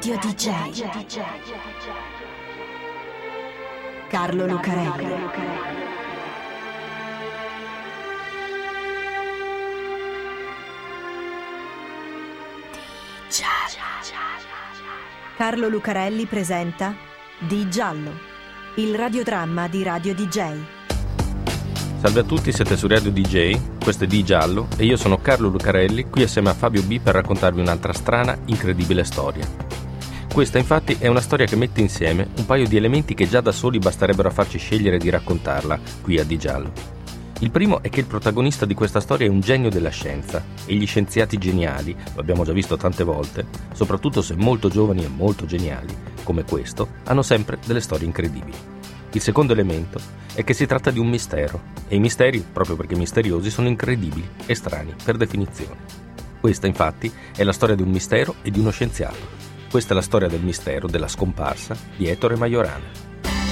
Radio DJ. Carlo Lucarelli. Carlo Lucarelli presenta Di Giallo, il radiodramma di Radio DJ. Salve a tutti, siete su Radio DJ, questo è Di Giallo e io sono Carlo Lucarelli, qui assieme a Fabio B per raccontarvi un'altra strana, incredibile storia. Questa infatti è una storia che mette insieme un paio di elementi che già da soli basterebbero a farci scegliere di raccontarla qui a Di Giallo. Il primo è che il protagonista di questa storia è un genio della scienza e gli scienziati geniali, lo abbiamo già visto tante volte, soprattutto se molto giovani e molto geniali, come questo, hanno sempre delle storie incredibili. Il secondo elemento è che si tratta di un mistero e i misteri, proprio perché misteriosi, sono incredibili e strani per definizione. Questa infatti è la storia di un mistero e di uno scienziato. Questa è la storia del mistero della scomparsa di Ettore Majorana.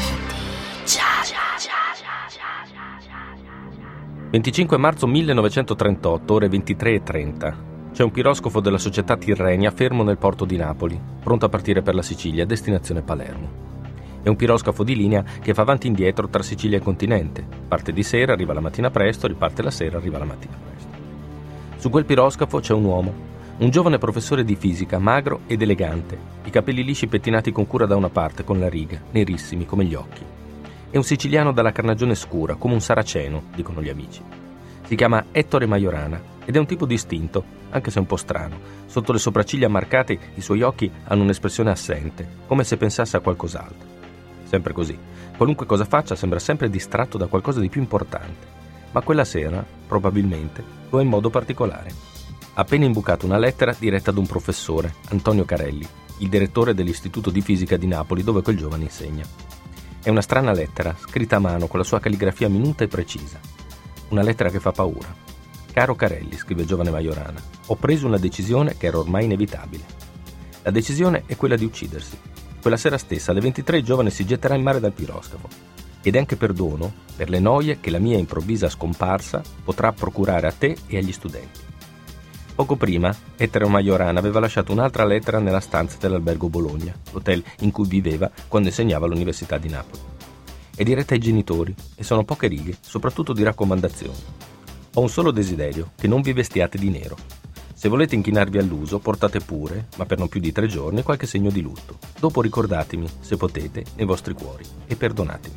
25 marzo 1938, ore 23:30. C'è un piroscafo della società Tirrenia fermo nel porto di Napoli, pronto a partire per la Sicilia, destinazione Palermo. È un piroscafo di linea che fa avanti e indietro tra Sicilia e continente. Parte di sera, arriva la mattina presto, riparte la sera, arriva la mattina presto. Su quel piroscafo c'è un uomo, un giovane professore di fisica, magro ed elegante, i capelli lisci pettinati con cura da una parte, con la riga, nerissimi come gli occhi. È un siciliano dalla carnagione scura, come un saraceno, dicono gli amici. Si chiama Ettore Majorana ed è un tipo distinto, anche se un po' strano. Sotto le sopracciglia marcate i suoi occhi hanno un'espressione assente, come se pensasse a qualcos'altro. Sempre così. Qualunque cosa faccia sembra sempre distratto da qualcosa di più importante. Ma quella sera, probabilmente, lo è in modo particolare. Ha appena imbucato una lettera diretta ad un professore, Antonio Carelli, il direttore dell'Istituto di Fisica di Napoli, dove quel giovane insegna. È una strana lettera, scritta a mano con la sua calligrafia minuta e precisa. Una lettera che fa paura. Caro Carelli, scrive il giovane Majorana, ho preso una decisione che era ormai inevitabile. La decisione è quella di uccidersi. Quella sera stessa, alle 23, il giovane si getterà in mare dal piroscafo. Ed è anche perdono per le noie che la mia improvvisa scomparsa potrà procurare a te e agli studenti. Poco prima, Ettore Majorana aveva lasciato un'altra lettera nella stanza dell'Albergo Bologna, l'hotel in cui viveva quando insegnava all'Università di Napoli. È diretta ai genitori e sono poche righe, soprattutto di raccomandazioni. Ho un solo desiderio, che non vi vestiate di nero. Se volete inchinarvi all'uso, portate pure, ma per non più di 3 giorni, qualche segno di lutto. Dopo ricordatemi, se potete, nei vostri cuori e perdonatemi.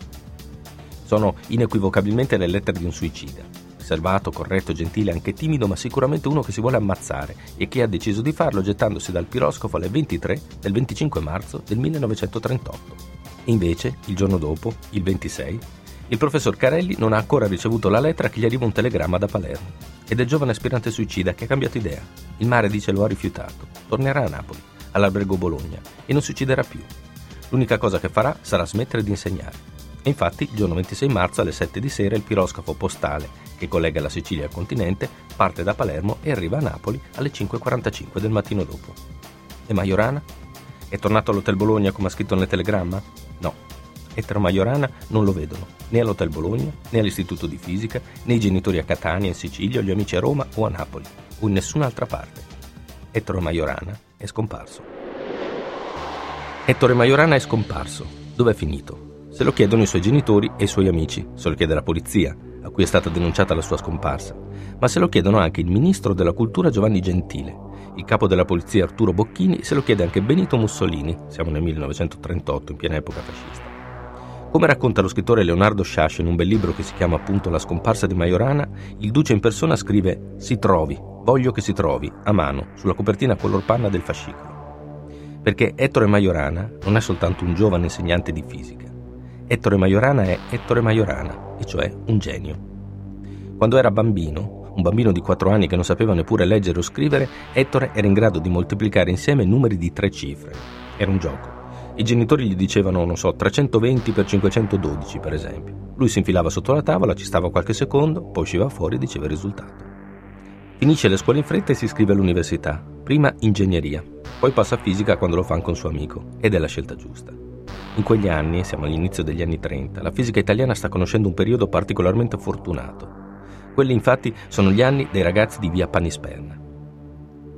Sono inequivocabilmente le lettere di un suicida. Riservato, corretto, gentile, anche timido, ma sicuramente uno che si vuole ammazzare e che ha deciso di farlo gettandosi dal piroscafo alle 23 del 25 marzo del 1938. E invece, il giorno dopo, il 26, il professor Carelli non ha ancora ricevuto la lettera che gli arriva un telegramma da Palermo. Ed è il giovane aspirante suicida che ha cambiato idea. Il mare, dice, lo ha rifiutato. Tornerà a Napoli, all'Albergo Bologna, e non si ucciderà più. L'unica cosa che farà sarà smettere di insegnare. E infatti, il giorno 26 marzo alle 7 di sera, il piroscafo postale che collega la Sicilia al continente parte da Palermo e arriva a Napoli alle 5:45 del mattino dopo. E Majorana? È tornato all'Hotel Bologna come ha scritto nel telegramma? No. Ettore Majorana non lo vedono, né all'Hotel Bologna, né all'Istituto di Fisica, né i genitori a Catania, in Sicilia, o gli amici a Roma o a Napoli, o in nessun'altra parte. Ettore Majorana è scomparso. Ettore Majorana è scomparso. Dove è finito? Se lo chiedono i suoi genitori e i suoi amici, se lo chiede la polizia, a cui è stata denunciata la sua scomparsa, ma se lo chiedono anche il ministro della cultura Giovanni Gentile, il capo della polizia Arturo Bocchini, se lo chiede anche Benito Mussolini, siamo nel 1938, in piena epoca fascista. Come racconta lo scrittore Leonardo Sciascia in un bel libro che si chiama appunto La scomparsa di Majorana, il duce in persona scrive «Si trovi, voglio che si trovi», a mano, sulla copertina color panna del fascicolo. Perché Ettore Majorana non è soltanto un giovane insegnante di fisica. Ettore Majorana è Ettore Majorana, e cioè un genio. Quando era bambino, un bambino di 4 anni che non sapeva neppure leggere o scrivere, Ettore era in grado di moltiplicare insieme numeri di 3 cifre. Era un gioco. I genitori gli dicevano, 320 per 512, per esempio. Lui si infilava sotto la tavola, ci stava qualche secondo, poi usciva fuori e diceva il risultato. Finisce le scuole in fretta e si iscrive all'università. Prima ingegneria, poi passa a fisica quando lo fa con suo amico, ed è la scelta giusta. In quegli anni, siamo all'inizio degli anni 30, la fisica italiana sta conoscendo un periodo particolarmente fortunato. Quelli infatti sono gli anni dei ragazzi di via Panisperna.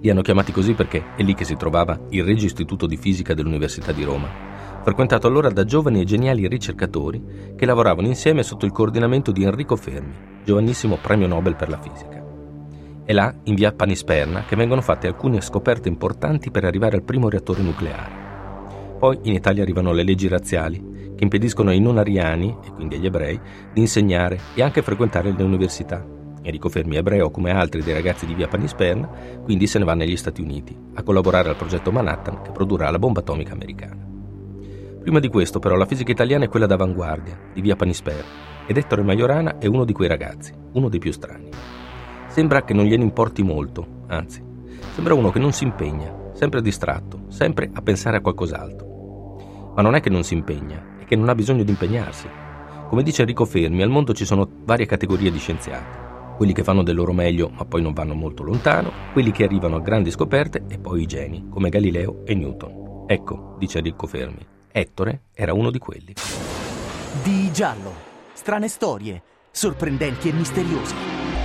Li hanno chiamati così perché è lì che si trovava il Regio Istituto di Fisica dell'Università di Roma, frequentato allora da giovani e geniali ricercatori che lavoravano insieme sotto il coordinamento di Enrico Fermi, giovanissimo premio Nobel per la fisica. È là, in via Panisperna, che vengono fatte alcune scoperte importanti per arrivare al primo reattore nucleare. Poi in Italia arrivano le leggi razziali, che impediscono ai non ariani, e quindi agli ebrei, di insegnare e anche frequentare le università. Enrico Fermi è ebreo come altri dei ragazzi di via Panisperna, quindi se ne va negli Stati Uniti a collaborare al progetto Manhattan che produrrà la bomba atomica americana. Prima di questo però la fisica italiana è quella d'avanguardia, di via Panisperna, ed Ettore Majorana è uno di quei ragazzi, uno dei più strani. Sembra che non gliene importi molto, anzi, sembra uno che non si impegna, sempre distratto, sempre a pensare a qualcos'altro. Ma non è che non si impegna, è che non ha bisogno di impegnarsi. Come dice Enrico Fermi, al mondo ci sono varie categorie di scienziati. Quelli che fanno del loro meglio ma poi non vanno molto lontano, quelli che arrivano a grandi scoperte e poi i geni, come Galileo e Newton. Ecco, dice Enrico Fermi, Ettore era uno di quelli. Di Giallo. Strane storie, sorprendenti e misteriose.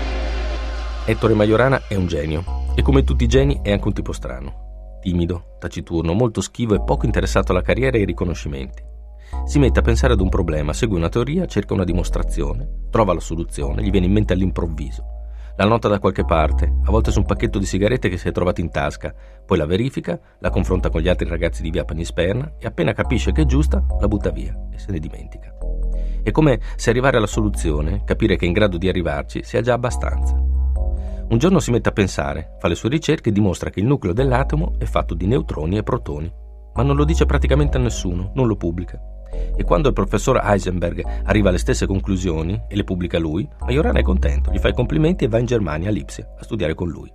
Ettore Majorana è un genio e come tutti i geni è anche un tipo strano. Timido, taciturno, molto schivo e poco interessato alla carriera e ai riconoscimenti. Si mette a pensare ad un problema, segue una teoria, cerca una dimostrazione, trova la soluzione, gli viene in mente all'improvviso. La nota da qualche parte, a volte su un pacchetto di sigarette che si è trovato in tasca, poi la verifica, la confronta con gli altri ragazzi di via Panisperna e appena capisce che è giusta, la butta via e se ne dimentica. È come se arrivare alla soluzione, capire che è in grado di arrivarci, sia già abbastanza. Un giorno si mette a pensare, fa le sue ricerche e dimostra che il nucleo dell'atomo è fatto di neutroni e protoni, ma non lo dice praticamente a nessuno, non lo pubblica. E quando il professor Heisenberg arriva alle stesse conclusioni e le pubblica lui, Majorana è contento, gli fa i complimenti e va in Germania, a Lipsia, a studiare con lui.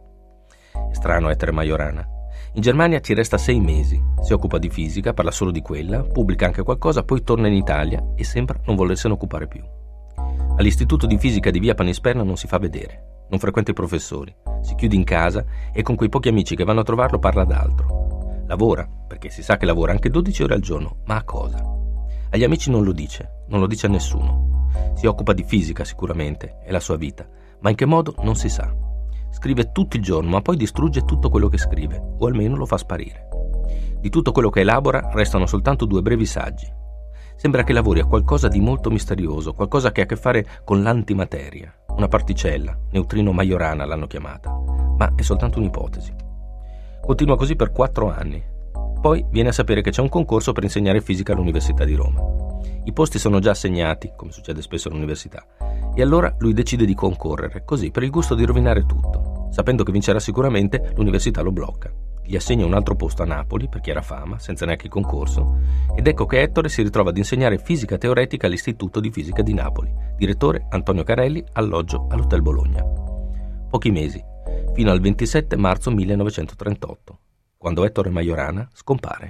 È strano Ettore Majorana. In Germania ci resta 6 mesi, si occupa di fisica, parla solo di quella, pubblica anche qualcosa, poi torna in Italia e sembra non volersene occupare più. All'Istituto di Fisica di via Panisperna non si fa vedere, non frequenta i professori, si chiude in casa e con quei pochi amici che vanno a trovarlo parla d'altro. Lavora, perché si sa che lavora anche 12 ore al giorno, ma a cosa? Agli amici non lo dice a nessuno. Si occupa di fisica sicuramente, è la sua vita, ma in che modo non si sa. Scrive tutto il giorno, ma poi distrugge tutto quello che scrive, o almeno lo fa sparire. Di tutto quello che elabora restano soltanto 2 brevi saggi. Sembra che lavori a qualcosa di molto misterioso, qualcosa che ha a che fare con l'antimateria, una particella, neutrino Majorana l'hanno chiamata, ma è soltanto un'ipotesi. Continua così per 4 anni. Poi viene a sapere che c'è un concorso per insegnare fisica all'Università di Roma. I posti sono già assegnati, come succede spesso all'università, e allora lui decide di concorrere, così per il gusto di rovinare tutto. Sapendo che vincerà sicuramente, l'università lo blocca. Gli assegna un altro posto a Napoli, per chi era fama, senza neanche il concorso, ed ecco che Ettore si ritrova ad insegnare fisica teoretica all'Istituto di Fisica di Napoli, direttore Antonio Carelli, alloggio all'Hotel Bologna. Pochi mesi, fino al 27 marzo 1938. Quando Ettore Majorana scompare.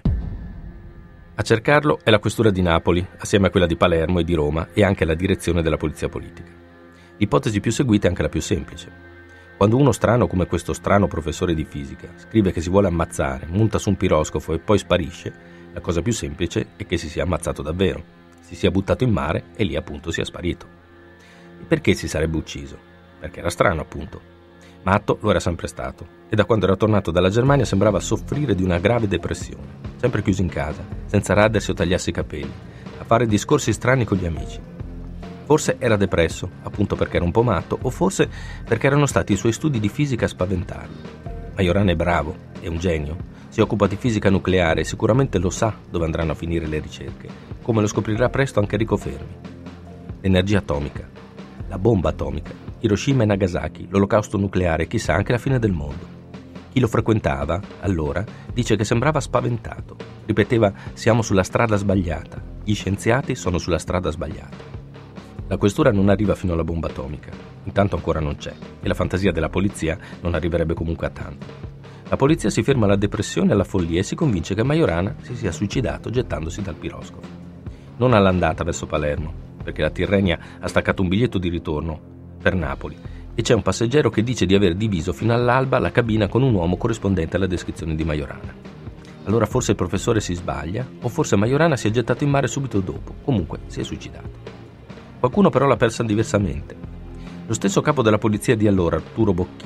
A cercarlo è la questura di Napoli, assieme a quella di Palermo e di Roma e anche la direzione della polizia politica. L'ipotesi più seguita è anche la più semplice. Quando uno strano come questo strano professore di fisica scrive che si vuole ammazzare, monta su un piroscafo e poi sparisce, la cosa più semplice è che si sia ammazzato davvero, si sia buttato in mare e lì appunto sia sparito. E perché si sarebbe ucciso? Perché era strano appunto. Matto lo era sempre stato e da quando era tornato dalla Germania sembrava soffrire di una grave depressione, sempre chiuso in casa, senza radersi o tagliarsi i capelli, a fare discorsi strani con gli amici. Forse era depresso, appunto perché era un po' matto, o forse perché erano stati i suoi studi di fisica a spaventarlo. Majorana è bravo, è un genio, si occupa di fisica nucleare e sicuramente lo sa dove andranno a finire le ricerche, come lo scoprirà presto anche Enrico Fermi. L'energia atomica, la bomba atomica, Hiroshima e Nagasaki, l'olocausto nucleare, chissà anche la fine del mondo. Chi lo frequentava, allora, dice che sembrava spaventato. Ripeteva, siamo sulla strada sbagliata, gli scienziati sono sulla strada sbagliata. La questura non arriva fino alla bomba atomica, intanto ancora non c'è, e la fantasia della polizia non arriverebbe comunque a tanto. La polizia si ferma alla depressione e alla follia e si convince che Majorana si sia suicidato gettandosi dal piroscafo. Non all'andata verso Palermo, perché la Tirrenia ha staccato un biglietto di ritorno per Napoli e c'è un passeggero che dice di aver diviso fino all'alba la cabina con un uomo corrispondente alla descrizione di Majorana. Allora forse il professore si sbaglia o forse Majorana si è gettato in mare subito dopo, comunque si è suicidato. Qualcuno però l'ha persa diversamente. Lo stesso capo della polizia di allora, Arturo Bocchini,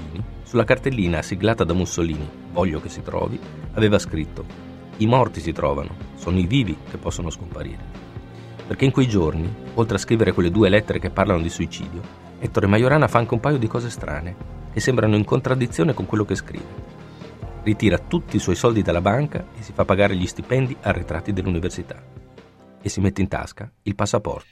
Sulla cartellina siglata da Mussolini, voglio che si trovi, aveva scritto: i morti si trovano, sono i vivi che possono scomparire. Perché in quei giorni, oltre a scrivere quelle 2 lettere che parlano di suicidio, Ettore Majorana fa anche un paio di cose strane, che sembrano in contraddizione con quello che scrive. Ritira tutti i suoi soldi dalla banca e si fa pagare gli stipendi arretrati dell'università. E si mette in tasca il passaporto.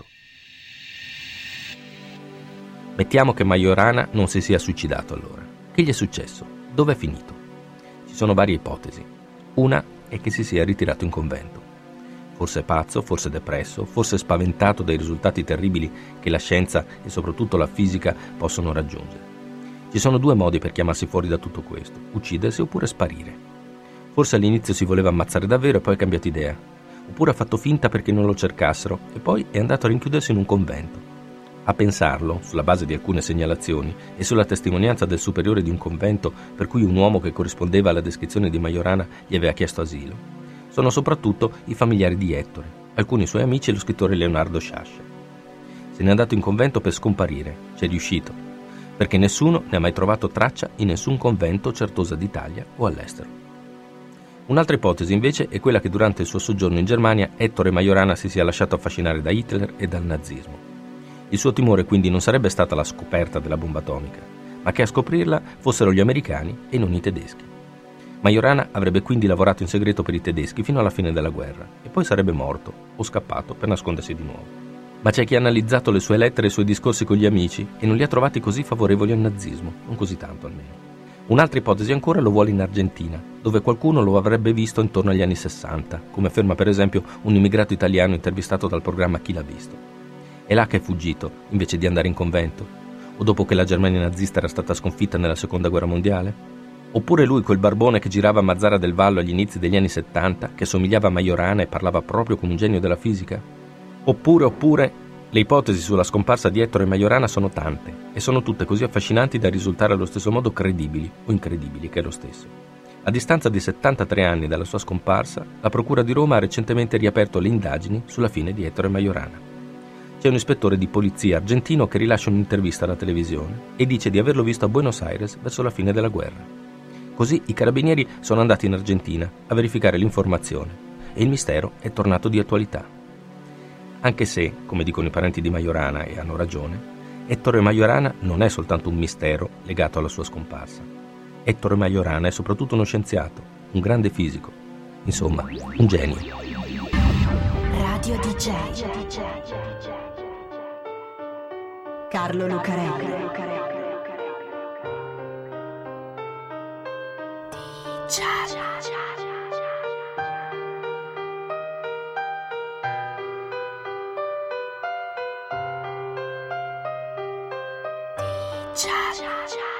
Mettiamo che Majorana non si sia suicidato allora. Che gli è successo? Dove è finito? Ci sono varie ipotesi. Una è che si sia ritirato in convento. Forse pazzo, forse depresso, forse spaventato dai risultati terribili che la scienza e soprattutto la fisica possono raggiungere. Ci sono 2 modi per chiamarsi fuori da tutto questo: uccidersi oppure sparire. Forse all'inizio si voleva ammazzare davvero e poi ha cambiato idea. Oppure ha fatto finta perché non lo cercassero e poi è andato a rinchiudersi in un convento. A pensarlo, sulla base di alcune segnalazioni e sulla testimonianza del superiore di un convento per cui un uomo che corrispondeva alla descrizione di Majorana gli aveva chiesto asilo, sono soprattutto i familiari di Ettore, alcuni suoi amici e lo scrittore Leonardo Sciascia. Se n'è andato in convento per scomparire, c'è riuscito, perché nessuno ne ha mai trovato traccia in nessun convento certosa d'Italia o all'estero. Un'altra ipotesi invece è quella che durante il suo soggiorno in Germania Ettore Majorana si sia lasciato affascinare da Hitler e dal nazismo. Il suo timore quindi non sarebbe stata la scoperta della bomba atomica, ma che a scoprirla fossero gli americani e non i tedeschi. Majorana avrebbe quindi lavorato in segreto per i tedeschi fino alla fine della guerra e poi sarebbe morto o scappato per nascondersi di nuovo. Ma c'è chi ha analizzato le sue lettere e i suoi discorsi con gli amici e non li ha trovati così favorevoli al nazismo, non così tanto almeno. Un'altra ipotesi ancora lo vuole in Argentina, dove qualcuno lo avrebbe visto intorno agli anni 60, come afferma per esempio un immigrato italiano intervistato dal programma Chi l'ha visto. È là che è fuggito, invece di andare in convento? O dopo che la Germania nazista era stata sconfitta nella Seconda Guerra Mondiale? Oppure lui, quel barbone che girava a Mazzara del Vallo agli inizi degli anni 70, che somigliava a Majorana e parlava proprio come un genio della fisica? Oppure, le ipotesi sulla scomparsa di Ettore Majorana sono tante, e sono tutte così affascinanti da risultare allo stesso modo credibili o incredibili, che è lo stesso. A distanza di 73 anni dalla sua scomparsa, la Procura di Roma ha recentemente riaperto le indagini sulla fine di Ettore Majorana. C'è un ispettore di polizia argentino che rilascia un'intervista alla televisione e dice di averlo visto a Buenos Aires verso la fine della guerra. Così i carabinieri sono andati in Argentina a verificare l'informazione e il mistero è tornato di attualità. Anche se, come dicono i parenti di Majorana, e hanno ragione, Ettore Majorana non è soltanto un mistero legato alla sua scomparsa. Ettore Majorana è soprattutto uno scienziato, un grande fisico, insomma, un genio. Radio DJ Carlo Lucarelli. DJ